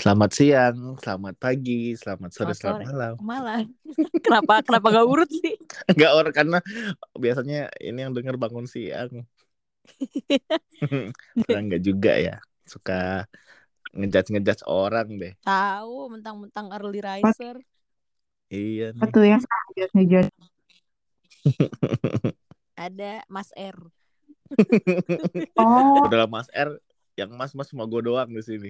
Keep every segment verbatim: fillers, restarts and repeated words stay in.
Selamat siang, selamat pagi, selamat sore, Selamat selamat sore. malam. Malah. Kenapa kenapa gak urut sih? Enggak orang karena biasanya ini yang denger bangun siang. Enggak enggak juga ya. Suka ngejudge-ngejudge orang deh. Tahu mentang-mentang early Apa riser. Iya nih. tuh yang ngejudge? Ada Mas R. Oh, Udah Mas R, yang mas-mas cuma gue doang di sini.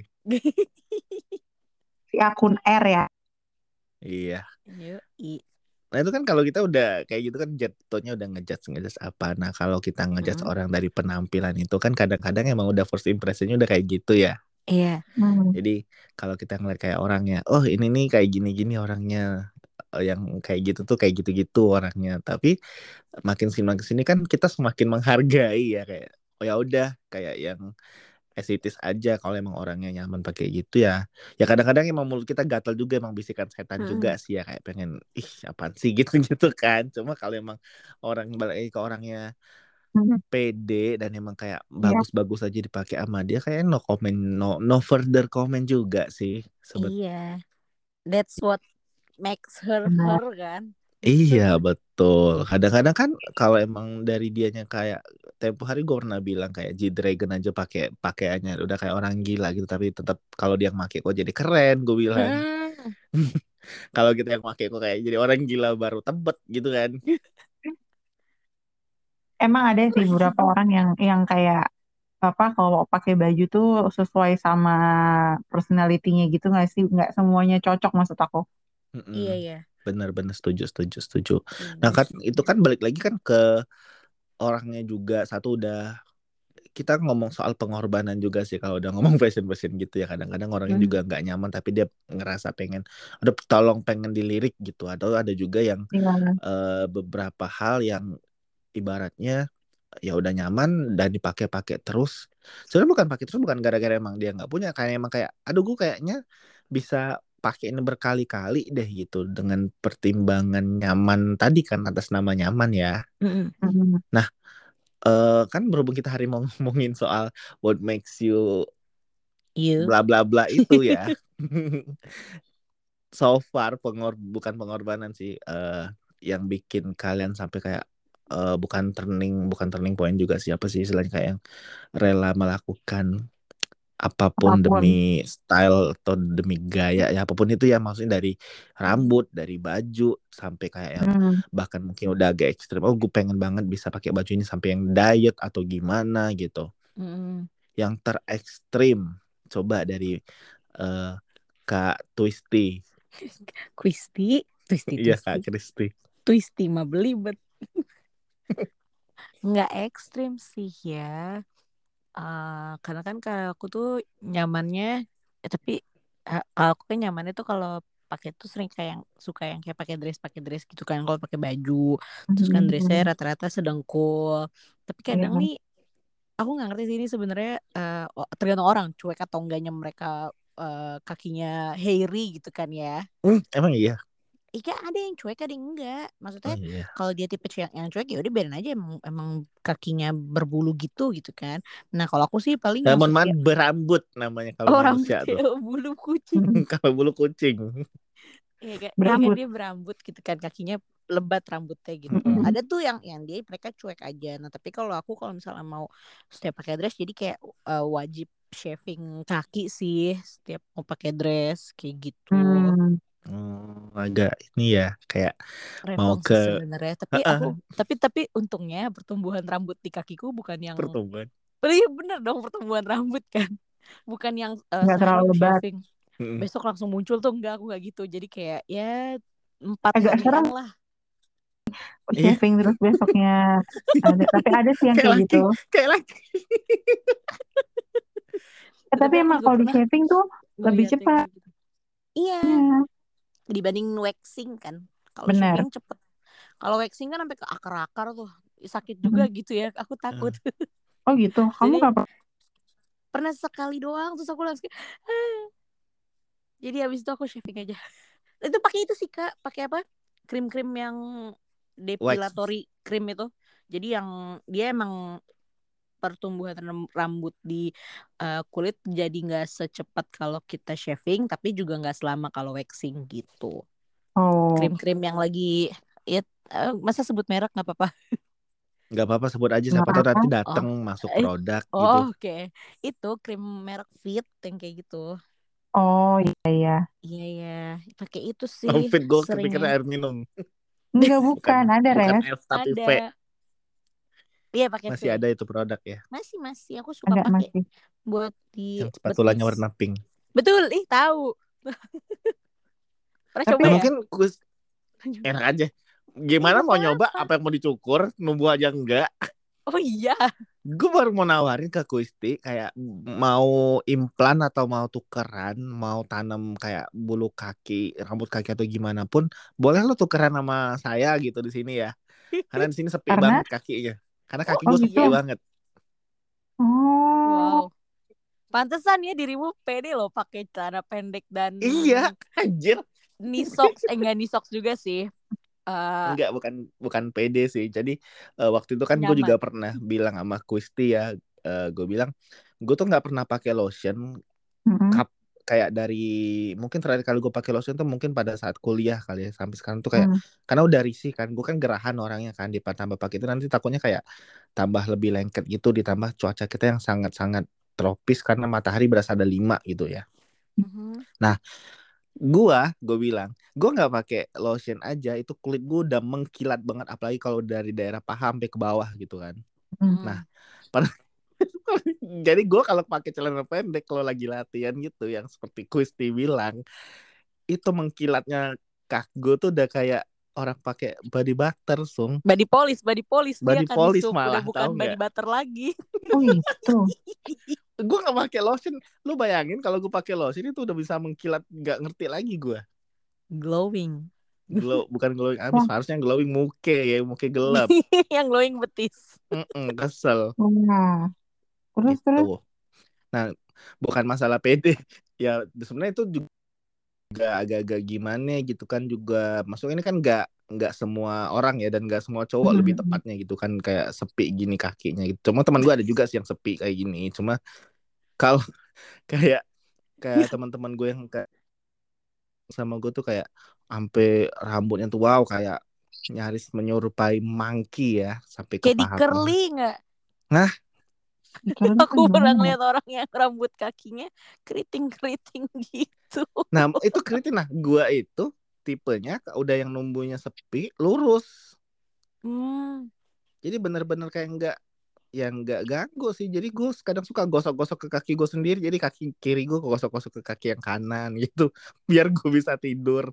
si akun R ya. Iya. Yoi. Nah itu kan kalau kita udah kayak gitu kan jatuhnya udah ngejudge ngejudge apa. Nah kalau kita ngejudge Mm. orang dari penampilan itu kan kadang-kadang emang udah first impressionnya udah kayak gitu ya. Iya. Hmm. Jadi kalau kita ngeliat kayak orangnya, oh ini nih kayak gini-gini orangnya, Eh, yang kayak gitu tuh kayak gitu-gitu orangnya. Tapi makin sini makin sini kan kita semakin menghargai ya kayak, oh ya udah kayak yang esitis aja kalau emang orangnya nyaman pakai gitu ya. Ya kadang-kadang emang mulut kita gatal juga emang bisikan setan juga Mm-mm. sih ya kayak pengen ih apaan sih gitu-gitu kan. Cuma kalau emang orang balik lagi ke orangnya Hmm. pede dan emang kayak Iya. bagus-bagus aja dipakai sama dia kayak no comment no no further comment juga sih sebet. Iya. That's what makes her Benar. her kan. Iya betul. Kadang-kadang kan kalau emang dari dianya kayak tempo hari gue pernah bilang kayak G-Dragon aja pakai pakaiannya udah kayak orang gila gitu tapi tetap kalau dia pakai kok jadi keren gue bilang. Mm. Kalau kita yang pakai kok kayak jadi orang gila baru tebet gitu kan. Emang ada sih beberapa orang yang yang kayak apa kalau pakai baju tuh sesuai sama personality-nya gitu nggak sih? Nggak semuanya cocok maksud aku. Iya Mm-mm. ya. Bener-bener setuju setuju setuju. Nah Setuju kan itu setuju. kan balik lagi kan ke orangnya juga satu udah kita ngomong soal pengorbanan juga sih kalau udah ngomong fashion fashion gitu ya kadang-kadang orangnya Mm. juga nggak nyaman tapi dia ngerasa pengen udah tolong pengen dilirik gitu atau ada juga yang Iya. eh, beberapa hal yang ibaratnya ya udah nyaman dan dipakai-pakai terus sebenarnya bukan pakai terus bukan gara-gara emang dia nggak punya kayak emang kayak aduh gue kayaknya bisa pakai ini berkali-kali deh gitu dengan pertimbangan nyaman tadi kan atas nama nyaman ya. Mm-mm. Hmm. Nah eh, kan berhubung kita hari mau ngomongin soal what makes you You. bla bla bla itu ya. So far pengor bukan pengorbanan sih eh yang bikin kalian sampai kayak eh, bukan turning bukan turning point juga sih apa sih istilahnya kayak yang rela melakukan apapun Apapun. demi style atau demi gaya ya apapun itu ya maksudnya dari rambut dari baju sampai kayak yang Hmm. bahkan mungkin udah agak ekstrim oh gue pengen banget bisa pakai baju ini sampai yang diet atau gimana gitu Mm-mm. yang terekstrim coba dari eh, Kak Twisty. Twisty, twisty, Iya Kak twisty, Kristi. twisty mah belibet. Nggak ekstrim sih ya. Eh, karena kan kalau aku tuh nyamannya, eh, tapi eh, kalau aku kan nyamannya tuh kalau pakai tuh sering kayak yang suka yang kayak pakai dress pakai dress gitu kan kalau pakai baju terus kan dressnya Hmm. rata-rata sedengkul tapi kadang Iya. nih aku nggak ngerti sih ini sebenarnya eh, o- tergantung orang cuek atau enggaknya mereka eh, kakinya hairy gitu kan ya. Hmm, emang iya. Ika ada yang cuek ada yang enggak. Oh Maksudnya iya. kalau dia tipe yang, yang cuek ya udah biarin aja emang, emang kakinya berbulu gitu gitu kan. Nah kalau aku sih paling yang Namun suka man berambut namanya kalau oh manusia tuh. rambutnya bulu kucing. Hmm. Kalau bulu kucing. Iya kan, iya kan Berambut. dia berambut gitu kan kakinya lebat rambutnya gitu. Hmm. Ada tuh yang yang dia mereka cuek aja. Nah tapi kalau aku kalau misalnya mau setiap pakai dress jadi kayak uh, wajib shaving kaki sih setiap mau pakai dress kayak gitu. Hmm. Oh, agak ini ya kayak mau Rempong sih ke sebenarnya. Tapi Heeh, aku tapi tapi untungnya pertumbuhan rambut di kakiku bukan yang pertemuan. oh, iya bener dong pertumbuhan rambut kan. Bukan yang uh, Nggak sehari terlalu aku lebat. shaving Mm-mm. besok langsung muncul tuh enggak aku nggak gitu. Jadi kayak ya empat Agak harian serem lah. Iya, shaving terus besoknya ada. Tapi ada sih yang kayak kayak laki, gitu. kayak laki. Eh, Tapi tapi aku emang juga kalau di pernah shaving tuh lebih ngeliat yang cepat. kayak gitu. Iya, Ya, dibanding waxing kan. Kalau benar. shaving cepet. Kalau waxing kan sampai ke akar-akar tuh. Sakit juga Hmm. gitu ya. Aku takut. Eh, Oh gitu. Kamu Jadi kapan? pernah sekali doang terus aku langsung kayak, "Ah." Jadi habis itu aku shaving aja. Itu pakai itu sih Kak, pakai apa? Krim-krim yang Wax. depilatory cream itu. Jadi yang dia emang pertumbuhan rem- rambut di uh, kulit jadi nggak secepat kalau kita shaving, tapi juga nggak selama kalau waxing gitu. Oh, Krim-krim yang lagi it, uh, masa sebut merek nggak apa-apa? Nggak apa-apa sebut aja, nggak siapa tahu apa-apa. nanti Oh, datang masuk eh, produk gitu. oh oke. Itu krim merek Fit yang kayak gitu. Oh iya iya. Iya ya, pakai itu sih Fit gue seringnya. kepikiran air minum. Enggak Bukan bukan, ada bukan Res. F tapi V. Ada. Iya pakai V. Masih ada itu produk ya. Masih masih aku suka Ada pakai masih. buat di Yang spatulanya betis. warna pink. Betul, ih tahu. Pernah Tapi coba Nah ya? mungkin kus enak aja. Iya Gimana nggak mau nyoba apa-apa. apa yang mau dicukur, numbuh aja enggak. Oh iya. Gue baru mau nawarin ke Kusti kayak mau implan atau mau tukeran, mau tanam kayak bulu kaki, rambut kaki atau gimana pun, boleh lo tukeran sama saya gitu di sini ya. Karena di sini sepi karena banget kakinya. Karena Oh kaki oh gue gitu. sepi iya. banget. Oh, Wow. Pantesan ya dirimu pede loh pakai celana pendek dan Iya, anjir. knee socks. Eh enggak knee socks juga sih. Eh Enggak, bukan bukan pede sih. Jadi eh, waktu itu kan gue juga nyaman. pernah bilang sama Kusti ya, eh, gue bilang gue tuh nggak pernah pakai lotion mm-mm, kap kayak dari mungkin terakhir kali gue pakai lotion tuh mungkin pada saat kuliah kali ya, sampai sekarang tuh kayak mm. karena udah risih kan, gue kan gerahan orangnya kan, ditambah pakai itu nanti takutnya kayak tambah lebih lengket gitu, ditambah cuaca kita yang sangat-sangat tropis karena matahari berasa ada lima gitu ya. Mhm. Nah, gua gue bilang gue nggak pakai lotion aja itu kulit gue udah mengkilat banget, apalagi kalau dari daerah paha sampai ke bawah gitu kan. Mm. Nah, Hmm. pada jadi gue kalau pakai celana pendek kalau lagi latihan gitu yang seperti Kusti bilang itu mengkilatnya kaki gue tuh udah kayak orang pakai body butter sung, Body polish, body polish dia body kan polish Nisuk, udah malah, bukan tahu body nggak? butter lagi. Oh gitu. Gue nggak pakai lotion, lu bayangin kalau gue pakai lotion itu udah bisa mengkilat, nggak ngerti lagi gue. Glowing. Glow, bukan glowing abis, Wah, harusnya glowing muke ya, muke gelap. Yang glowing betis. Mm-mm, kesel wah. Terus terus. gitu. Nah, bukan masalah pede ya, sebenarnya itu juga agak-agak gimana gitu kan, juga masuk ini kan nggak nggak semua orang ya, dan nggak semua cowok lebih Mm-mm. tepatnya gitu kan kayak sepi gini kakinya gitu. Cuma teman gue ada juga sih yang sepi kayak gini. Cuma kalau kayak kayak teman-teman gue yang kayak sama gue tuh kayak sampai rambutnya tuh wow kayak nyaris menyerupai monkey ya sampai ke Kayak di paha-paha. curly nggak? Nah, Curly tuh Aku pernah gimana? ngeliat orang yang rambut kakinya keriting-keriting gitu. nah itu kritik. Nah, gue itu tipenya udah yang numbuhnya sepi, lurus. Hmm. Jadi bener-bener kayak nggak yang nggak ganggu sih. Jadi gue kadang suka gosok-gosok ke kaki gue sendiri. Jadi kaki kiri gue gosok-gosok ke kaki yang kanan gitu, biar gue bisa tidur.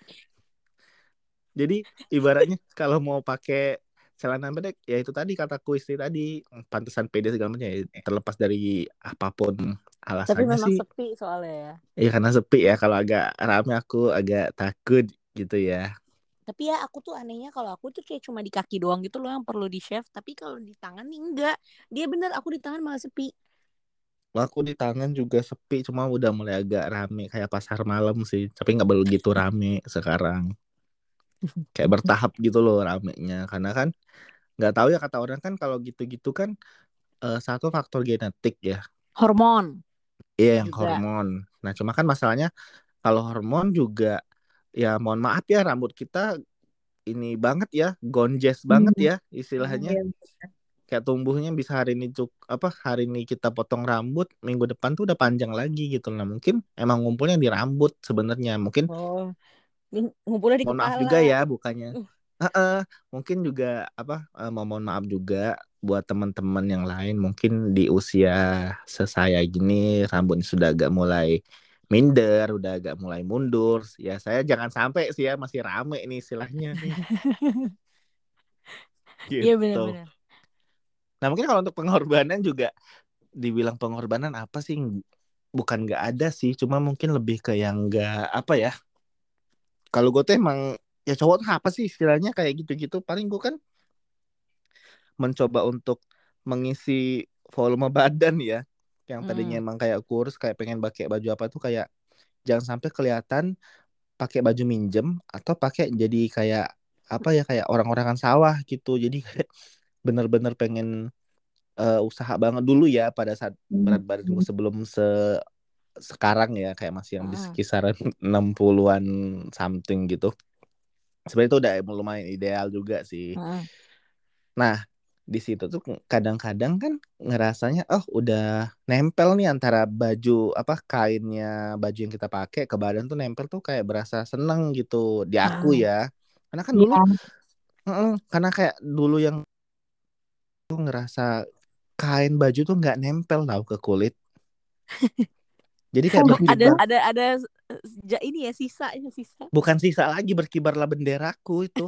Jadi ibaratnya kalau mau pakai celana pendek ya itu tadi kataku istri tadi, pantesan pede segala macam ya, terlepas dari apapun Tapi alasannya memang sih. sepi soalnya ya. Ya karena sepi ya, kalau agak rame aku agak takut gitu ya. Tapi ya aku tuh anehnya kalau aku tuh kayak cuma di kaki doang gitu loh yang perlu di shave. Tapi kalau di tangan nih enggak. Dia bener aku di tangan malah sepi. Aku di tangan juga sepi, cuma udah mulai agak rame kayak pasar malam sih, tapi nggak begitu rame sekarang. Kayak bertahap gitu loh ramenya, karena kan nggak tahu ya, kata orang kan kalau gitu-gitu kan eh, satu faktor genetik ya. Hormon Iya, yang juga. hormon. Nah, cuma kan masalahnya kalau hormon juga ya mohon maaf ya, rambut kita ini banget ya, gonjes banget Hmm. ya Hmm. istilahnya. Iya. Kayak tumbuhnya bisa hari ini cuk apa hari ini kita potong rambut, minggu depan tuh udah panjang lagi gitu. Nah, mungkin emang ngumpulnya di rambut sebenarnya. Mungkin Oh, ini ngumpulnya di mohon maaf kepala. juga ya, bukannya. Uh, Heeh, mungkin juga apa eh, mau mohon maaf juga buat teman-teman yang lain, mungkin di usia sesaya gini rambutnya sudah agak mulai minder, udah agak mulai mundur. Ya saya jangan sampai sih ya, masih rame nih istilahnya nih Iya gitu. benar-benar. Nah mungkin kalau untuk pengorbanan juga, dibilang pengorbanan apa sih? Bukan nggak ada sih, cuma mungkin lebih ke yang nggak apa ya. Kalau gue tuh emang ya cowok tuh apa sih istilahnya kayak gitu-gitu. Paling gue kan mencoba untuk mengisi volume badan ya, yang tadinya Hmm. emang kayak kurus kayak pengen pakai baju apa tuh kayak jangan sampai kelihatan pakai baju minjem atau pakai jadi kayak apa ya, kayak orang-orangan sawah gitu. Jadi kayak bener-bener pengen uh, usaha banget dulu ya pada saat berat badan gue Hmm. sebelum se sekarang ya kayak masih yang di Mm-mm. kisaran enam puluhan something gitu. Sebenarnya itu udah lumayan ideal juga sih. Mm-mm. Nah, di situ tuh kadang-kadang kan ngerasanya oh udah nempel nih antara baju apa kainnya baju yang kita pakai ke badan tuh nempel tuh kayak berasa seneng gitu di aku Mm-mm. ya. Karena kan dulu Iya, mm-mm, karena kayak dulu yang tuh ngerasa kain baju tuh nggak nempel tau ke kulit. Jadi kayak oh Ada gitu. berkibar, ada ada ja- ini ya sisanya sisa. bukan sisa lagi berkibarlah benderaku itu.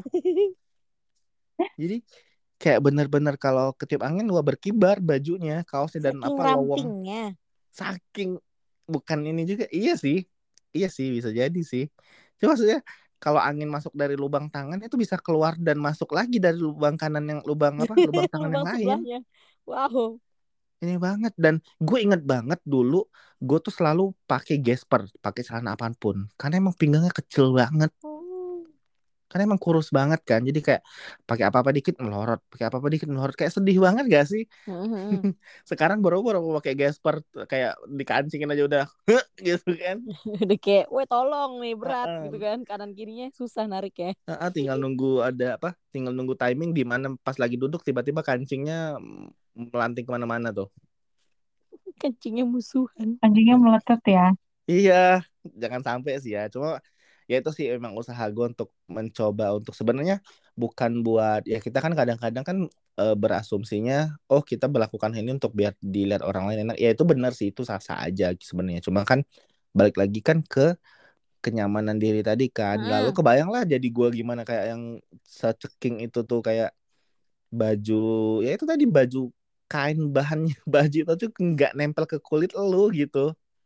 Jadi kayak bener-bener kalau ketiup angin gua berkibar bajunya, kaosnya dan Saking apa lowong. rampingnya. Saking bukan ini juga. Iya sih. Iya sih bisa jadi sih. Cuma maksudnya kalau angin masuk dari lubang tangan itu bisa keluar dan masuk lagi dari lubang kanan yang lubang apa? Lubang tangan yang Lubang lain. sebelahnya. Wow. Ini banget dan gue inget banget dulu gue tuh selalu pakai gesper, pakai celana apapun karena emang pinggangnya kecil banget. Oh. Karena emang kurus banget kan. Jadi kayak pakai apa-apa dikit melorot, pakai apa-apa dikit melorot kayak sedih banget gak sih? Mm-mm. Sekarang baru-baru mau pakai gesper kayak dikancingin aja udah "Heh," gitu kan. Udah kayak, weh tolong nih berat Heeh. gitu kan. Kanan kirinya susah narik ya. Heeh, tinggal nunggu ada apa? Tinggal nunggu timing di mana pas lagi duduk tiba-tiba kancingnya mm, melanting kemana-mana tuh. Kencingnya musuhan. Anjingnya meletet ya. Iya, jangan sampai sih ya. Cuma ya itu sih emang usaha gue untuk mencoba untuk sebenarnya bukan buat ya kita kan kadang-kadang kan eh, berasumsinya oh kita melakukan ini untuk biar dilihat orang lain enak. Ya itu benar sih itu sah-sah aja sebenarnya. Cuma kan balik lagi kan ke kenyamanan diri tadi kan. Lalu Mm-mm. kebayang lah jadi gue gimana kayak yang seceking itu tuh kayak baju ya itu tadi baju kain bahannya baju itu tuh nggak nempel ke kulit lu gitu.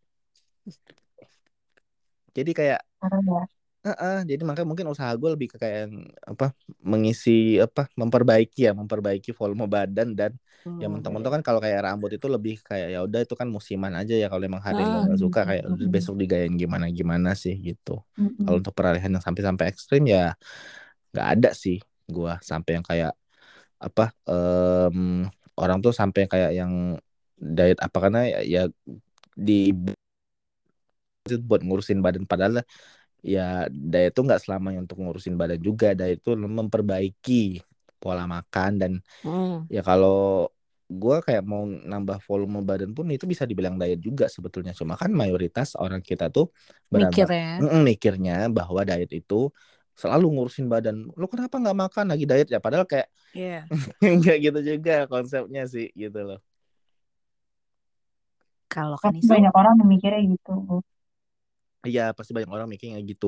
Jadi kayak Parah ya. Heeh, jadi makanya mungkin usaha gue lebih ke kayak yang apa mengisi apa memperbaiki ya memperbaiki volume badan dan ya Hmm, mentok-mentok bener. kan kalau kayak rambut itu lebih kayak ya udah itu kan musiman aja ya kalau emang hari lo Ah, nggak Hmm. suka kayak udah Hmm. besok digayain gimana gimana sih gitu. Kalau Hmm. untuk peralihan yang sampai-sampai ekstrim ya nggak ada sih gue sampai yang kayak apa em, orang tuh sampai kayak yang diet apa karena ya, ya di buat ngurusin badan padahal ya diet itu nggak selamanya untuk ngurusin badan juga diet itu memperbaiki pola makan dan hmm. ya kalau gue kayak mau nambah volume badan pun itu bisa dibilang diet juga sebetulnya cuma kan mayoritas orang kita tuh Mikir beraba ya. mm, mikirnya bahwa diet itu selalu ngurusin badan lu kenapa nggak makan lagi diet ya padahal kayak Iya. nggak gitu juga konsepnya sih gitu loh. Kalau Tapi Kanisung, banyak orang yang mikirnya gitu. Iya pasti banyak orang mikirnya gitu.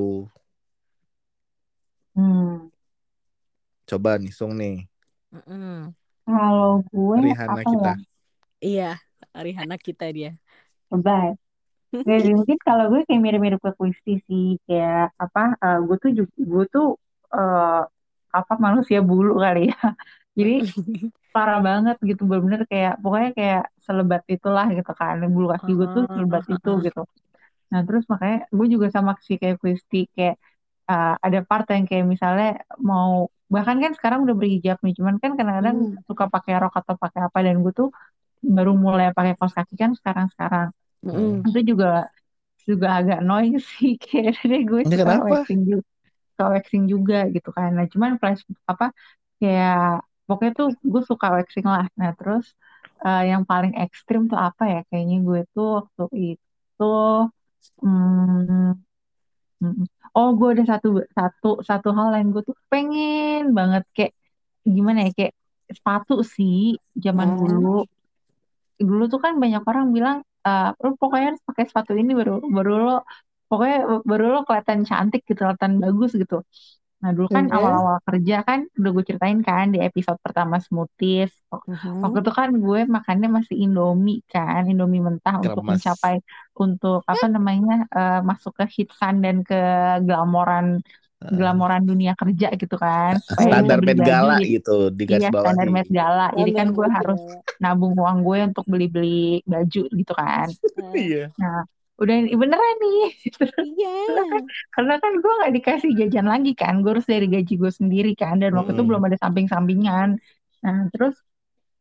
Hmm. Coba nih Sung nih mm-mm. Kalau gue Rihanna apa ya? kita. Iya, Rihanna kita dia. Lebay. Gak sih, mungkin kalau gue kayak mirip-mirip ke Kristi sih. Kayak apa, eh, gue tuh juga, gue tuh eh, apa manusia bulu kali ya. Jadi parah banget gitu, bener-bener kayak, pokoknya kayak selebat itulah gitu kan. Bulu kaki gue tuh Ah, selebat ah, itu ah. gitu. Nah terus makanya gue juga sama sih kayak Kristi. Kayak eh, ada part yang kayak misalnya mau, bahkan kan sekarang udah berhijab nih. Cuman kan kadang-kadang Hmm, suka pakai rok atau pakai apa. Dan gue tuh baru mulai pakai kaos kaki kan sekarang-sekarang. Hmm. mm-mm. Itu juga juga agak annoying sih kayak dari gue Ini suka kenapa? waxing juga suka waxing juga gitu kan nah cuman flash apa kayak pokoknya tuh gue suka waxing lah nah terus eh, yang paling ekstrim tuh apa ya kayaknya gue tuh waktu itu hmm, hmm, oh gue ada satu satu satu hal yang gue tuh pengen banget kayak gimana ya kayak sepatu sih zaman dulu Hmm. dulu tuh kan banyak orang bilang eh lu pokoknya harus pakai sepatu ini baru baru lo pokoknya baru lo kelihatan cantik gitu kelihatan bagus gitu nah dulu kan Iya. awal-awal kerja kan udah gue ceritain kan di episode pertama Smoothies waktu Mhm. itu kan gue makannya masih Indomie kan Indomie mentah untuk Kremes. mencapai untuk apa namanya eh, masuk ke hitsan dan ke glamoran Heeh. glamoran dunia kerja gitu kan supaya bisa Standar beli Met baju Gala jadi gitu di iya garis standar bawahi. Met Gala jadi Standar kan gue banget harus ya. nabung uang gue untuk beli-beli baju gitu kan Nah, Iya. nah udah ini beneran nih iya. karena kan karena kan gue nggak dikasih jajan lagi kan gue harus dari gaji gue sendiri kan dan waktu itu belum Mm-mm. ada samping-sampingan nah terus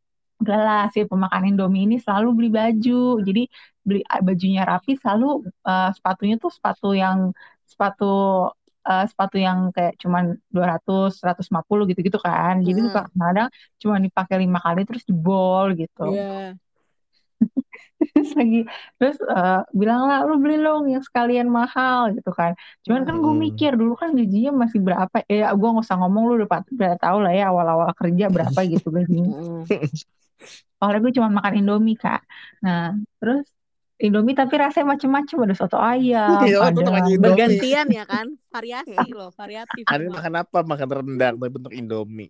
udahlah si pemakan Indomie ini selalu beli baju. Jadi beli ah, bajunya rapi, selalu eh, sepatunya tuh sepatu yang sepatu eh, sepatu yang kayak cuman dua ratus, seratus lima puluh gitu-gitu kan. Jadi suka Heeh. kadang cuma dipakai lima kali terus jebol gitu. Iya. Terus lagi terus eh, bilang lah lu beli dong yang sekalian mahal gitu kan. Cuman kan gue Heeh. mikir dulu kan gajinya masih berapa, eh gue nggak usah ngomong, lu udah, pat- udah tahu lah ya awal-awal kerja berapa gitu gajinya. Heeh. Soalnya gue cuma makan Indomie Kak. Nah terus Indomie tapi rasanya macem-macem, ada soto ayam, Iya, ada tetap makan Indomie. Bergantian ya kan? Variasi loh, variatif Hari ini semua. makan apa? Makan rendang tapi bentuk Indomie.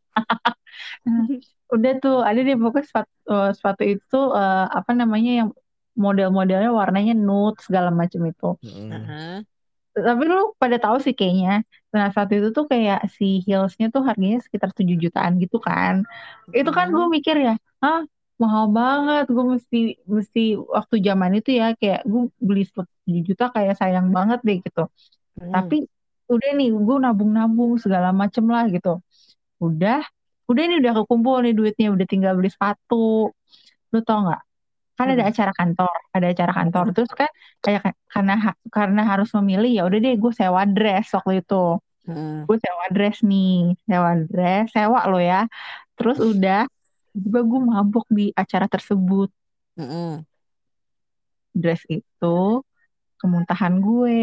Nah, udah tuh ada deh pokoknya sepatu, eh, sepatu itu eh, apa namanya yang model-modelnya warnanya nude segala macam itu. Mm. Heeh. Tapi lu pada tahu sih kayaknya. Nah, saat itu tuh kayak si heelsnya tuh harganya sekitar tujuh jutaan gitu kan. Itu kan gue Heeh. mikir ya, ah mahal banget. Gue mesti mesti waktu zaman itu ya kayak gue beli sepatu tujuh juta kayak sayang banget deh gitu. Heeh. Tapi udah nih gue nabung-nabung segala macem lah gitu. Udah, udah ini udah kekumpul nih duitnya, udah tinggal beli sepatu. Lu tau nggak? Kan ada Apa? acara kantor, ada acara kantor terus kan kayak ka- karena ha- karena harus memilih ya udah deh gue sewa dress waktu itu. Heeh. Gue sewa dress nih, sewa dress, sewa lo ya. Terus udah tiba gue mabok di acara tersebut. Heeh. Dress itu kemuntahan gue.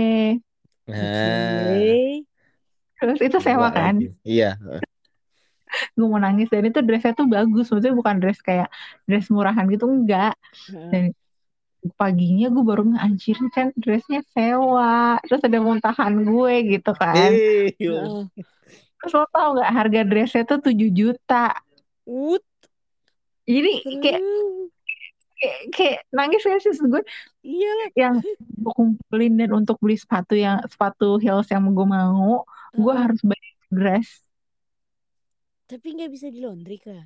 Nah, Oke. Terus itu sewa gila kan? lagi. Iya. Gue mau nangis dan itu dressnya tuh bagus, maksudnya bukan dress kayak dress murahan gitu enggak. Heeh. Dan paginya gue baru nganjir kan dressnya sewa, terus ada muntahan gue gitu kan. Eh, yuk. Heeh. Terus lo tau nggak harga dressnya tuh tujuh juta. Ut. Jadi kayak Terus. kayak, kayak nangis ya sih gue Iyalah. yang gue kumpulin dan untuk beli sepatu yang sepatu heels yang gue mau, gue Heeh. harus beli dress. Tapi nggak bisa di laundry kah?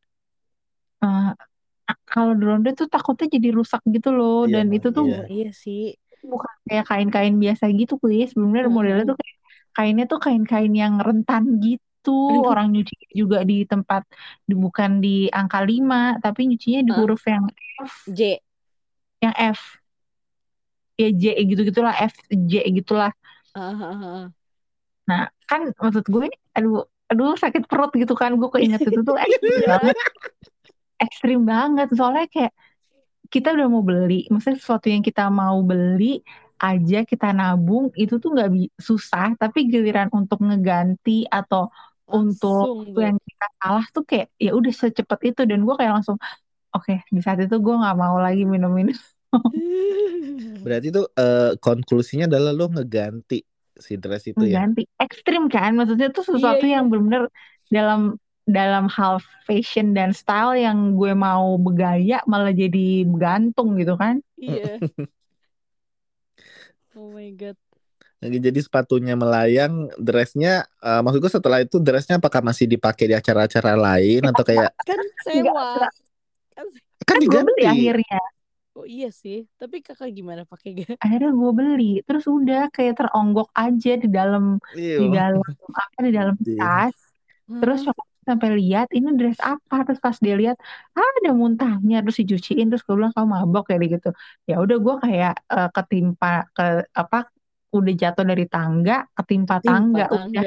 Eh, kalau di laundry tuh takutnya jadi rusak gitu loh, Iya, dan Bang. itu tuh Iya. Oh iya sih. bukan kayak kain-kain biasa gitu kuis, sebenarnya modelnya Heeh. tuh kayak kainnya tuh kain-kain yang rentan gitu. Aduh. Orang nyuci juga di tempat di, bukan di angka lima tapi nyucinya di Heeh. huruf yang F, J. yang F ya J gitu-gitulah, F J gitulah. Heeh. Heeh. Nah kan maksud gue ini aduh aduh sakit perut gitu kan, gue keinget itu tuh ekstrim banget, ekstrim banget soalnya kayak kita udah mau beli, maksudnya sesuatu yang kita mau beli aja kita nabung itu tuh nggak bi- susah, tapi giliran untuk ngeganti atau untuk Langsung tuh. yang kita salah tuh kayak ya udah secepat itu, dan gue kayak langsung oke di saat itu gue nggak mau lagi minum-minum. Berarti tuh eh, konklusinya adalah lo ngeganti si dress itu ya. Ngeganti ekstrim kan, maksudnya tuh Iya, sesuatu iya. yang benar-benar dalam dalam hal fashion dan style yang gue mau bergaya malah jadi bergantung gitu kan. Iya. Oh my god. Lagi jadi sepatunya melayang, dressnya, eh, maksud gue setelah itu dressnya apakah masih dipakai di acara-acara lain atau kayak Kan Enggak, sewa. enggak. Kan kan Kan gue beli diganti? akhirnya. oh iya sih. Tapi kakak gimana pakai gak? Akhirnya gue beli, terus udah kayak teronggok aja di dalam di Iya. dalam apa di dalam tas. Terus Hah? nyokap sampai lihat ini dress apa, terus pas dia lihat ah, ada muntahnya, terus dicuciin, terus gue bilang kamu mabok kayak gitu. Ya udah gue kayak eh, ketimpa ke apa udah jatuh dari tangga ketimpa Timpa tangga udah. tangga.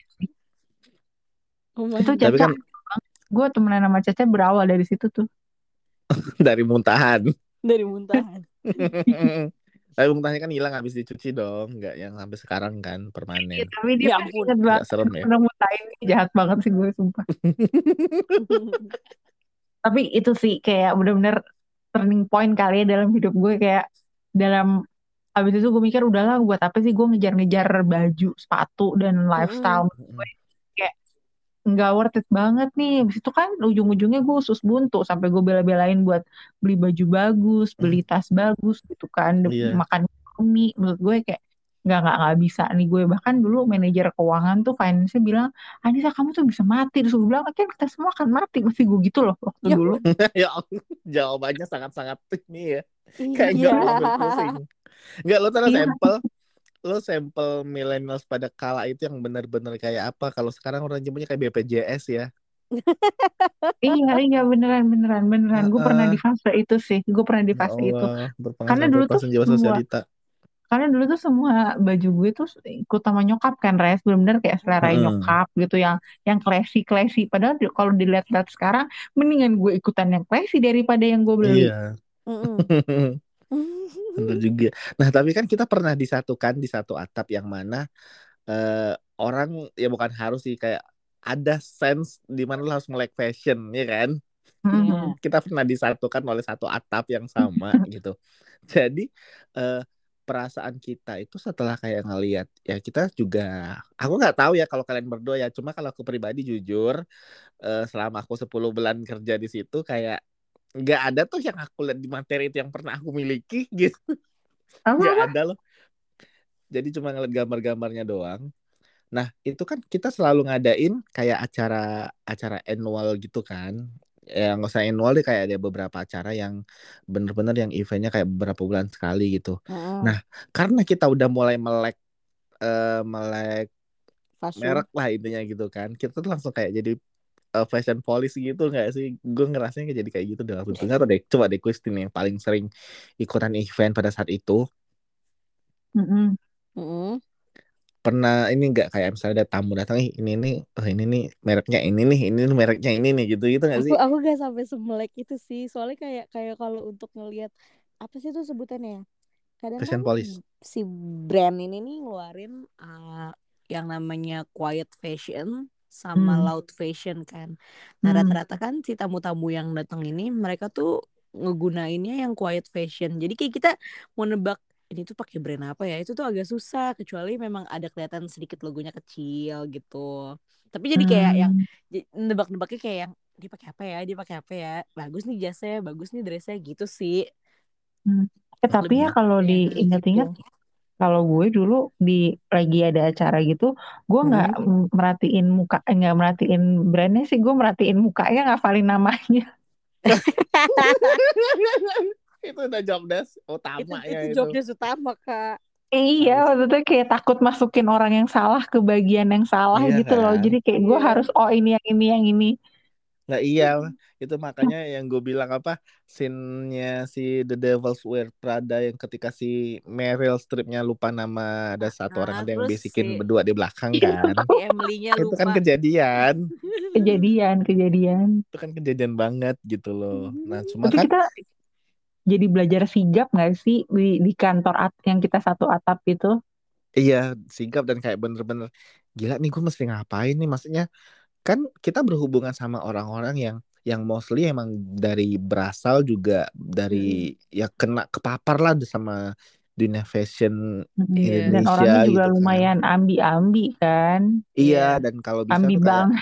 Oh my Itu god. Tapi Caca, kan gue temenan sama Caca berawal dari situ tuh. dari muntahan. Dari muntahan. Tapi muntahnya kan hilang habis dicuci dong, nggak yang sampai sekarang kan Iya, permanen. tapi dia Ya masih ampun. inget Agak banget serem ya. pernah muntahin, jahat banget sih gue sumpah. Tapi itu sih kayak bener-bener turning point kali ya dalam hidup gue, kayak dalam abis itu gue mikir udahlah buat apa sih gue ngejar-ngejar baju, sepatu dan lifestyle gue, kayak nggak worth it banget nih. Abis itu kan ujung-ujungnya gue usus buntu sampai gue bela-belain buat beli baju bagus, beli tas bagus gitu kan, Iya. makan mie. Menurut gue kayak nggak nggak nggak bisa nih gue. Bahkan dulu manajer keuangan tuh finance bilang, Anissa kamu tuh bisa mati. Terus gue bilang kan kita semua akan mati, masih gue gitu loh waktu Ya dulu. Ya Allah, jawabannya sangat-sangat ini ya. Kayak Iya. nggak mau ambil pusing. Nggak, lo taruh Iya. sampel. Lo sampel millennials pada kala itu yang benar-benar kayak apa? Kalau sekarang orang nyebutnya kayak B P J S ya. Iya, iya beneran, beneran, beneran. Gue pernah di Heeh. fase itu sih. Gue pernah di Ya fase itu. Allah, Karena dulu tuh berpengalaman jiwa semua, sosialita. karena dulu tuh semua baju gue tuh ikut sama nyokap kan, Res. Bener-bener kayak selera Mm-mm. nyokap gitu, yang yang classy-classy. Padahal di- kalau dilihat-lihat sekarang, mendingan gue ikutan yang classy daripada yang gue beli. Iya. Mm-mm. Bener juga. Nah, tapi kan kita pernah disatukan di satu atap yang mana eh, orang ya bukan harus sih kayak ada sense di mana lo harus melek fashion, ya kan? Mhm. Iya. Kita pernah disatukan oleh satu atap yang sama gitu. Jadi eh, perasaan kita itu setelah kayak ngelihat ya kita juga aku nggak tahu ya kalau kalian berdua ya cuma kalau aku pribadi jujur eh, selama aku sepuluh bulan kerja di situ kayak nggak ada tuh yang aku lihat di materi itu yang pernah aku miliki gitu nggak Apa-apa? ada loh jadi cuma ngeliat gambar-gambarnya doang. Nah, itu kan kita selalu ngadain kayak acara acara annual gitu kan. Ya nggak usah annual deh kayak ada beberapa acara yang bener-bener yang eventnya kayak beberapa bulan sekali gitu. Mm-mm. Nah, karena kita udah mulai melek eh, melek Fashion. merek lah intinya gitu kan. Kita tuh langsung kayak jadi eh, fashion policy gitu nggak sih? Gue ngerasanya jadi kayak gitu deh waktu itu. Nggak tahu deh, coba deh Christine yang paling sering ikutan event pada saat itu. Mm-mm. Mm-mm. Pernah ini nggak kayak misalnya ada tamu datang ih ini nih oh ini nih mereknya ini nih ini nih mereknya ini nih gitu gitu nggak Aku sih aku gak sampai semelek itu sih. Soalnya kayak kayak kalau untuk ngelihat apa sih itu sebutannya? Kadang kan fashion police. si brand ini nih ngeluarin uh, yang namanya quiet fashion sama Hmm. loud fashion kan. Nah, Hmm. rata-rata kan si tamu-tamu yang datang ini mereka tuh ngegunainnya yang quiet fashion. Jadi kayak kita mau nebak ini tuh pakai brand apa ya? Itu tuh agak susah kecuali memang ada kelihatan sedikit logonya kecil gitu. Tapi jadi kayak yang Hmm. nebak-nebaknya kayak yang dia pakai apa ya? Dia pakai apa ya? Bagus nih jasnya, bagus nih dressnya gitu sih. Hmm. Eh, tapi Lebih ya kalau kayak gitu. diingat-ingat, kalau gue dulu di lagi ada acara gitu, gue nggak Mm-mm. mm, merhatiin muka, eh, nggak merhatiin brandnya sih, gue merhatiin mukanya, ngafalin namanya. Itu udah job desk itu utama ya itu itu jobnya utama kak. Iya, harus maksudnya kayak takut masukin orang yang salah ke bagian yang salah iya gitu loh. kan Jadi kayak gue Iya. harus, oh ini yang ini yang ini. nggak iya itu makanya yang gue bilang apa scene-nya si The Devil's Wear Prada yang ketika si Meryl Streepnya lupa nama ada satu orang Nah, ada yang terus si bisikin berdua di belakang kan si Emily-nya itu kan lupa. kejadian Kejadian, kejadian. itu kan kejadian banget gitu loh nah cuma Tapi kan kita jadi belajar sigap nggak sih di, di kantor at, yang kita satu atap itu? iya sigap dan kayak bener-bener gila nih gue mesti ngapain nih maksudnya kan kita berhubungan sama orang-orang yang yang mostly emang dari berasal juga dari Mm-mm. ya kena kepapar lah sama dunia fashion Mm. Iya. Dan Indonesia orangnya juga gitu kan lumayan ambi-ambi kan. iya Iya. dan kalau bisa Ambi tuh kayak banget.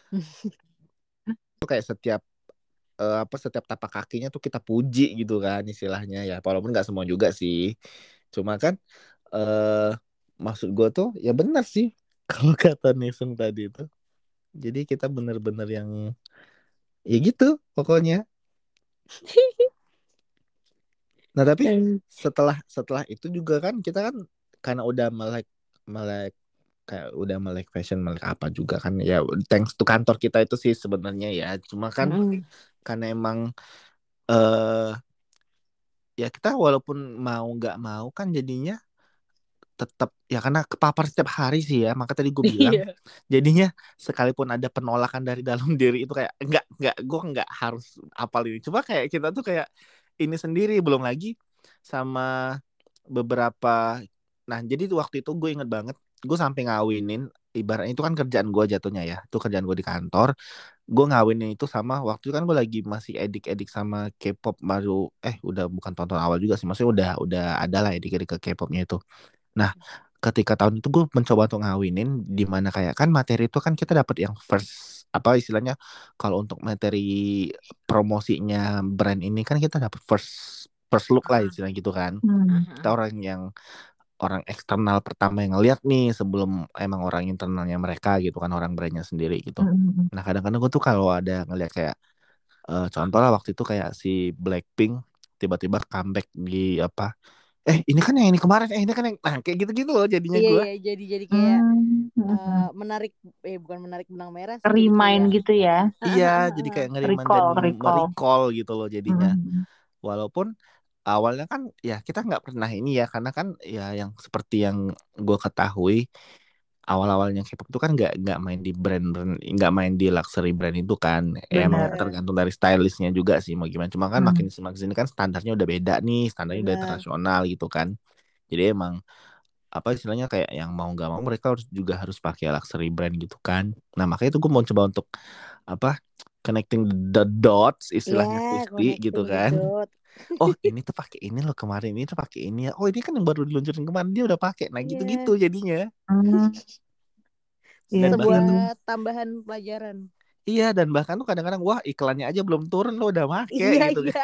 tuh kayak setiap eh, apa setiap tapak kakinya tuh kita puji gitu kan istilahnya ya walaupun nggak semua juga sih cuma kan eh maksud gue tuh ya benar sih kalau kata Nisung tadi itu jadi kita bener-bener yang ya gitu pokoknya. Nah tapi Dan setelah setelah itu juga kan kita kan karena udah melek melek kayak udah melek fashion melek apa juga kan ya thanks to kantor kita itu sih sebenarnya ya cuma kan mm-mm. karena emang eh ya kita walaupun mau nggak mau kan jadinya tetap ya karena kepapar setiap hari sih ya maka tadi gue bilang Iya. jadinya sekalipun ada penolakan dari dalam diri itu kayak enggak enggak gue enggak harus apal ini cuma kayak kita tuh kayak ini sendiri belum lagi sama beberapa nah jadi tuh waktu itu gue inget banget gue sampai ngawinin ibaratnya itu kan kerjaan gue jatuhnya ya itu kerjaan gue di kantor gue ngawinin itu sama waktu itu kan gue lagi masih edik-edik sama K-pop baru eh udah bukan tonton awal juga sih maksudnya udah udah ada lah edik-edik ke K-popnya itu. Nah, ketika tahun itu gue mencoba untuk ngawinin di mana kayak kan materi itu kan kita dapat yang first apa istilahnya kalau untuk materi promosinya brand ini kan kita dapat first first look lah Ah, istilahnya gitu kan. Hmm. Kita ah, orang yang orang eksternal pertama yang ngeliat nih sebelum emang orang internalnya mereka gitu kan orang brandnya sendiri gitu. Hmm. Nah kadang-kadang gue tuh kalau ada ngeliat kayak eh, contoh lah waktu itu kayak si Blackpink tiba-tiba comeback di apa eh ini kan yang ini kemarin, eh ini kan yang nah kayak gitu-gitu loh jadinya Iya gue. iya jadi jadi kayak Hmm, uh, menarik eh bukan menarik benang merah sih jadi remind kayak gitu ya, Iya, jadi kayak ngeriman dan recall, recall. merecall gitu loh jadinya. Hmm, Walaupun awalnya kan ya kita nggak pernah ini ya, karena kan ya yang seperti yang gue ketahui awal-awalnya K-pop itu kan nggak nggak main di brand brand nggak main di luxury brand itu kan. Ya, emang bener. iya tergantung dari stylistnya juga sih mau gimana. Cuma kan makin Hmm, semakin sini kan standarnya udah beda nih, standarnya udah benar internasional gitu kan. Jadi emang apa istilahnya kayak yang mau nggak mau mereka harus juga harus pakai luxury brand gitu kan. Nah makanya itu gue mau coba untuk apa connecting the dots ya istilahnya Kristi gitu connecting the kan. dot Oh ini tuh pakai ini loh kemarin ini tuh pakai ini ya. Oh ini kan yang baru diluncurin kemarin dia udah pakai. Nah gitu-gitu iya jadinya. hmm, iya Dan sih. bahkan tuh sebuah tambahan pelajaran iya dan bahkan tuh kadang-kadang wah iklannya aja belum turun lo udah make iya gitu iya kan.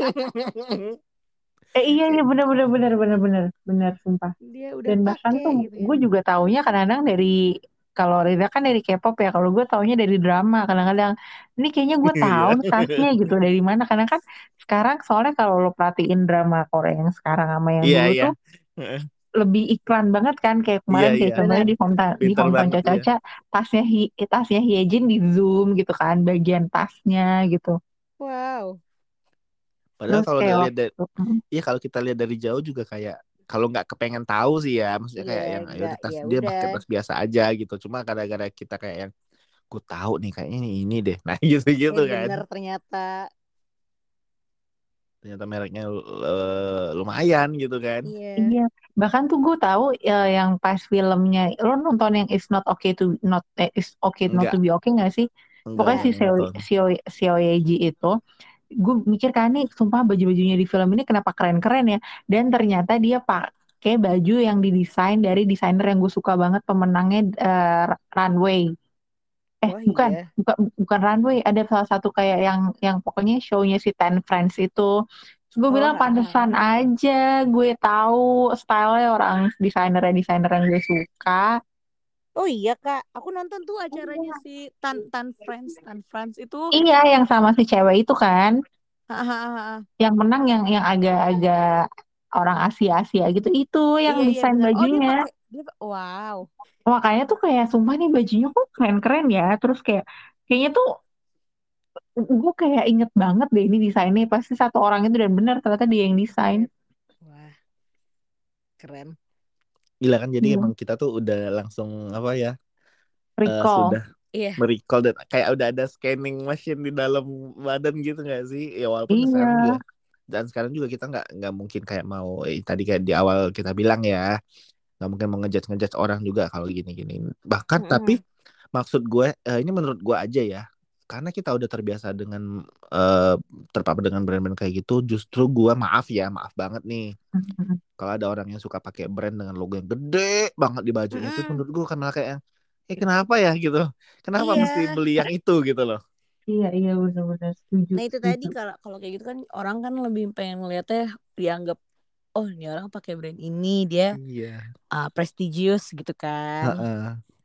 Eh iya iya bener bener bener bener bener bener sumpah. dia udah Dan bahkan pakai tuh gitu gue kan juga taunya kadang-kadang dari, kalau Rida kan dari K-pop ya, kalau gue taunya dari drama kadang-kadang. Ini kayaknya gue tahu Iya. nih tasnya gitu dari mana, karena kan sekarang soalnya kalau lo perhatiin drama Korea yang sekarang sama yang Iya dulu iya. tuh lebih iklan banget kan, kayak Iya kemarin kayak iya. contohnya benar di hometown di Pinter hometown banget ya. Caca, tasnya hi, tasnya Hyejin di zoom gitu kan bagian tasnya gitu. wow Padahal Terus kalau kayak lihat dari waktu hmm, iya kalau kita lihat dari jauh juga kayak kalau nggak kepengen tahu sih ya, maksudnya iya kayak yang ayo enggak udah tas ya dia udah pakai tas biasa aja gitu. Cuma gara-gara kita kayak yang gue tahu nih kayaknya ini ini deh. Nah gitu-gitu eh kan. bener ternyata Ternyata mereknya eh, lumayan gitu kan. iya iya, bahkan tuh gue tahu ya, yang pas filmnya lo nonton yang It's Not Okay to Not eh, It's Okay Not to Enggak, Be Okay nggak sih? enggak Pokoknya enggak si Seo nonton. Seo Seo Ye Ji itu, gue mikir kan nih, sumpah baju-bajunya di film ini kenapa keren-keren ya? Dan ternyata dia pakai baju yang didesain dari desainer yang gue suka banget, pemenangnya eh, Runway. Eh wah bukan, iya bukan bukan Runway. Ada salah satu kayak yang yang pokoknya show-nya si Ten Friends itu. Terus gue oh bilang ha, ha, pantesan ha. aja gue tahu style orang desainernya desainer yang gue suka. Oh iya kak, aku nonton tuh acaranya Iya. si Tan Tan Friends, Tan Friends itu. Iya, yang sama si cewek itu kan, Hahaha. yang menang yang yang agak-agak orang Asia-Asia gitu. Itu yang Iya iya desain benar. Oh dia bajunya. pakai dia wow. Makanya tuh kayak sumpah nih bajunya kok keren-keren ya. Terus kayak kayaknya tuh gue kayak inget banget deh ini desainnya pasti satu orang itu, dan benar ternyata dia yang desain. Iya. Wah keren. Gila kan jadi Iya, emang kita tuh udah langsung apa ya eh, recall. sudah Iya merecall dan kayak udah ada scanning machine di dalam badan gitu nggak sih? Ya walaupun sekarang juga Iya. dan sekarang juga kita nggak nggak mungkin kayak mau eh, tadi kayak di awal kita bilang ya nggak mungkin mau ngejudge ngejudge orang juga kalau gini-gini. Bahkan tapi mm-mm. maksud gue eh, ini menurut gue aja ya karena kita udah terbiasa dengan eh, terpapar dengan brand-brand kayak gitu justru gue maaf ya maaf banget nih Mm-mm. kalau ada orang yang suka pakai brand dengan logo yang gede banget di bajunya itu Mm-mm. menurut gue kan malah kayak yang eh kenapa ya gitu kenapa mesti Iya. beli yang itu gitu loh. Iya, iya benar-benar setuju, Nah itu tadi setuju. kalau kalau kayak gitu kan orang kan lebih pengen ngeliatnya dianggap oh ini orang pakai brand ini dia Iya. uh, prestigious gitu kan. Heeh.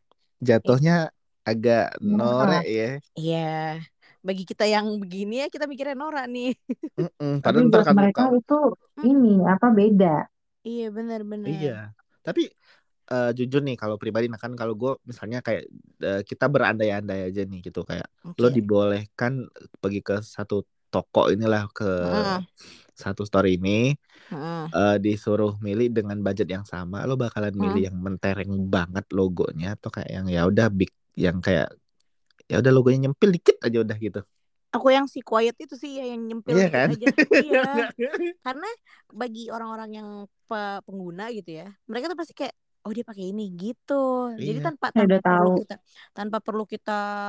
Eh, Jatuhnya agak Nah, norek ya. iya. Bagi kita yang begini ya kita mikirnya norak nih. Mm-mm. tapi Padahal ntar buat kalau mereka kau itu Mm, ini apa beda. iya benar-benar. iya tapi eh, jujur nih kalau pribadi nah kan kalau gue misalnya kayak eh, kita berandai-andai aja nih gitu kayak lo Oke. dibolehkan pergi ke satu toko inilah ke Heeh, satu store ini heeh, eh, disuruh milih dengan budget yang sama lo bakalan milih heeh. yang mentereng banget logonya atau kayak yang ya udah big yang kayak ya udah logonya nyempil dikit aja udah gitu. Aku yang si quiet itu sih ya, yang nyempil Iya dikit kan. aja. Iya. Karena bagi orang-orang yang pe- pengguna gitu ya, mereka tuh pasti kayak oh dia pakai ini gitu. Jadi Iya. tanpa Saya tanpa udah perlu tahu. kita tanpa perlu kita